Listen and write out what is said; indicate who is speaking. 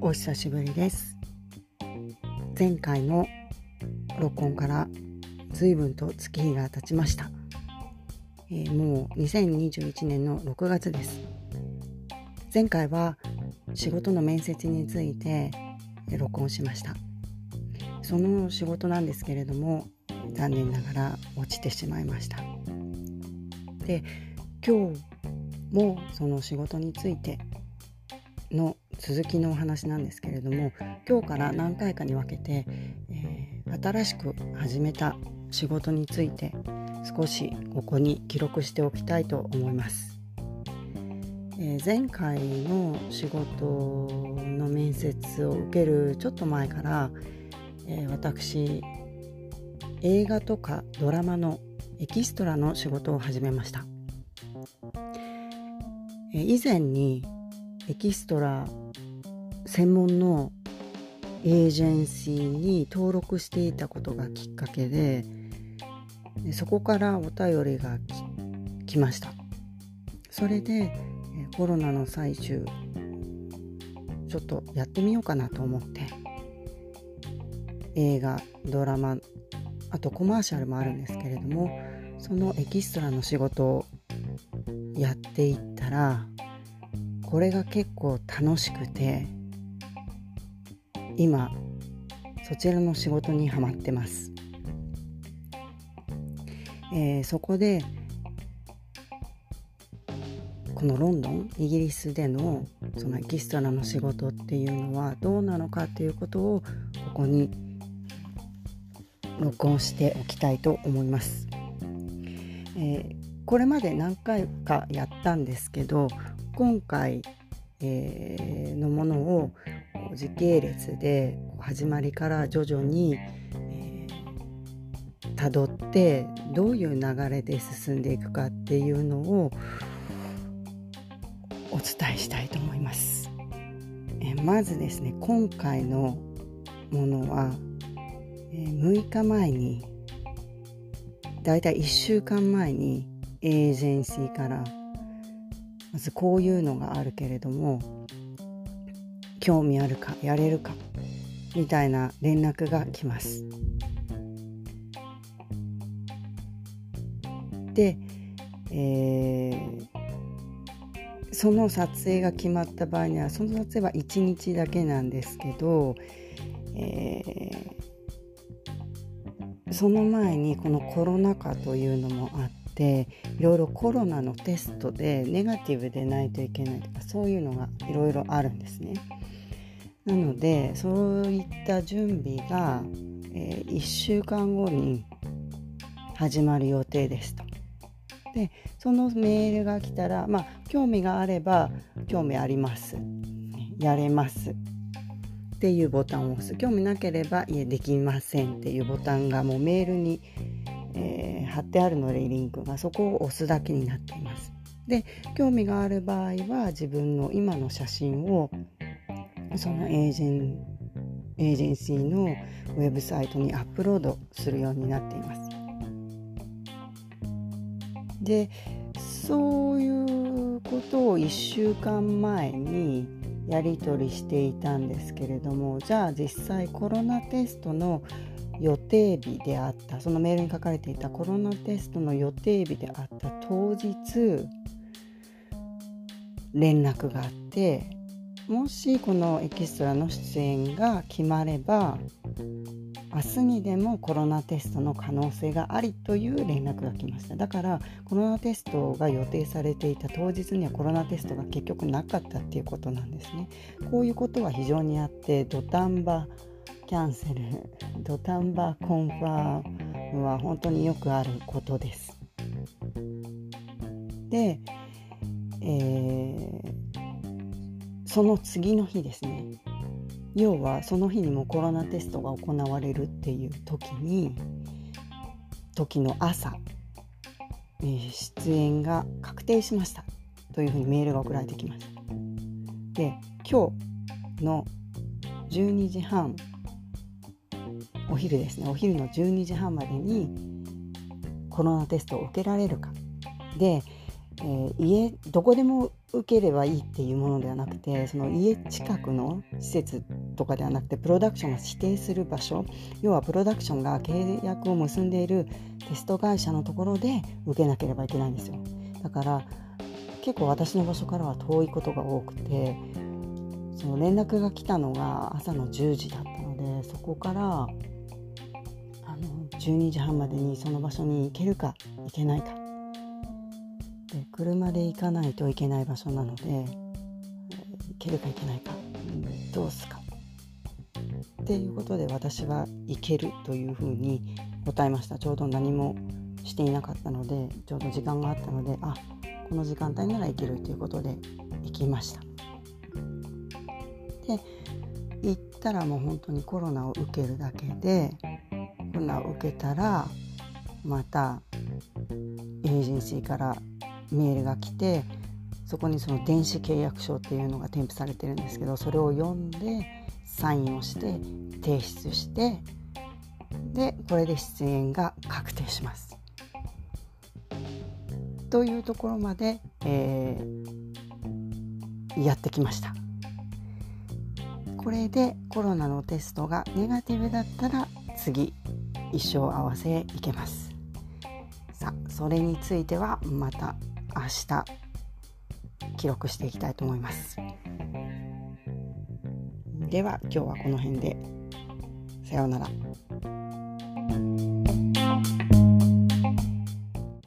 Speaker 1: お久しぶりです。前回の録音から随分と月日が経ちました。もう2021年の6月です。前回は仕事の面接について録音しました。その仕事なんですけれども、残念ながら落ちてしまいました。で、今日もその仕事についての続きのお話なんですけれども、今日から何回かに分けて、新しく始めた仕事について少しここに記録しておきたいと思います。前回の仕事の面接を受けるちょっと前から、私映画とかドラマのエキストラの仕事を始めました。以前にエキストラ専門のエージェンシーに登録していたことがきっかけで、そこからお便りが来ました。それでコロナの最中ちょっとやってみようかなと思って、映画、ドラマ、あとコマーシャルもあるんですけれども、そのエキストラの仕事をやっていったら、これが結構楽しくて、今そちらの仕事にハマってます。そこでこのロンドン、イギリスでのそのエキストラの仕事っていうのはどうなのかっていうことをここに録音しておきたいと思います。これまで何回かやったんですけど、今回、のものを時系列で始まりから徐々に辿ってどういう流れで進んでいくかっていうのをお伝えしたいと思います。まずですね、今回のものは、6日前に、だいたい1週間前にエージェンシーからまずこういうのがあるけれども興味あるか、やれるかみたいな連絡が来ます。で、その撮影が決まった場合には、その撮影は1日だけなんですけど、その前にこのコロナ禍というのもあって、いろいろコロナのテストでネガティブでないといけないとか、そういうのがいろいろあるんですね。なのでそういった準備が、1週間後に始まる予定ですと。でそのメールが来たら、興味があれば興味あります、やれますっていうボタンを押す。興味なければいえできませんっていうボタンがもうメールに、貼ってあるので、リンクがそこを押すだけになっています。で興味がある場合は自分の今の写真をそのエージェンシーのウェブサイトにアップロードするようになっています。でそういうことを1週間前にやり取りしていたんですけれども、じゃあ実際コロナテストの予定日であった、そのメールに書かれていたコロナテストの予定日であった当日連絡があって、もしこのエキストラの出演が決まれば明日にでもコロナテストの可能性がありという連絡が来ました。だからコロナテストが予定されていた当日にはコロナテストが結局なかったっていうことなんですね。こういうことは非常にあって、土壇場キャンセル、土壇場コンファームは本当によくあることです。で、その次の日ですね、要はその日にもコロナテストが行われるっていう時の朝、出演が確定しましたというふうにメールが送られてきました。で、今日の12時半、お昼ですね、お昼の12時半までにコロナテストを受けられるかで、 どこでも受ければいいっていうものではなくて、その家近くの施設とかではなくて、プロダクションが指定する場所、要はプロダクションが契約を結んでいるテスト会社のところで受けなければいけないんですよ。だから結構私の場所からは遠いことが多くて、その連絡が来たのが朝の10時だったので、そこから12時半までにその場所に行けるか行けないかで、車で行かないといけない場所なので、行けるか行けないか、どうすかっていうことで、私は行けるというふうに答えました。ちょうど何もしていなかったので、ちょうど時間があったので、この時間帯なら行けるということで行きました。で、行ったらもう本当にコロナを受けるだけで、コロナを受けたらまたエージェンシーからメールが来て、そこにその電子契約書っていうのが添付されてるんですけど、それを読んでサインをして提出して、でこれで出演が確定しますというところまで、やってきました。これでコロナのテストがネガティブだったら次一生合わせいけます。さあ、それについてはまた明日記録していきたいと思います。では今日はこの辺で。さようなら。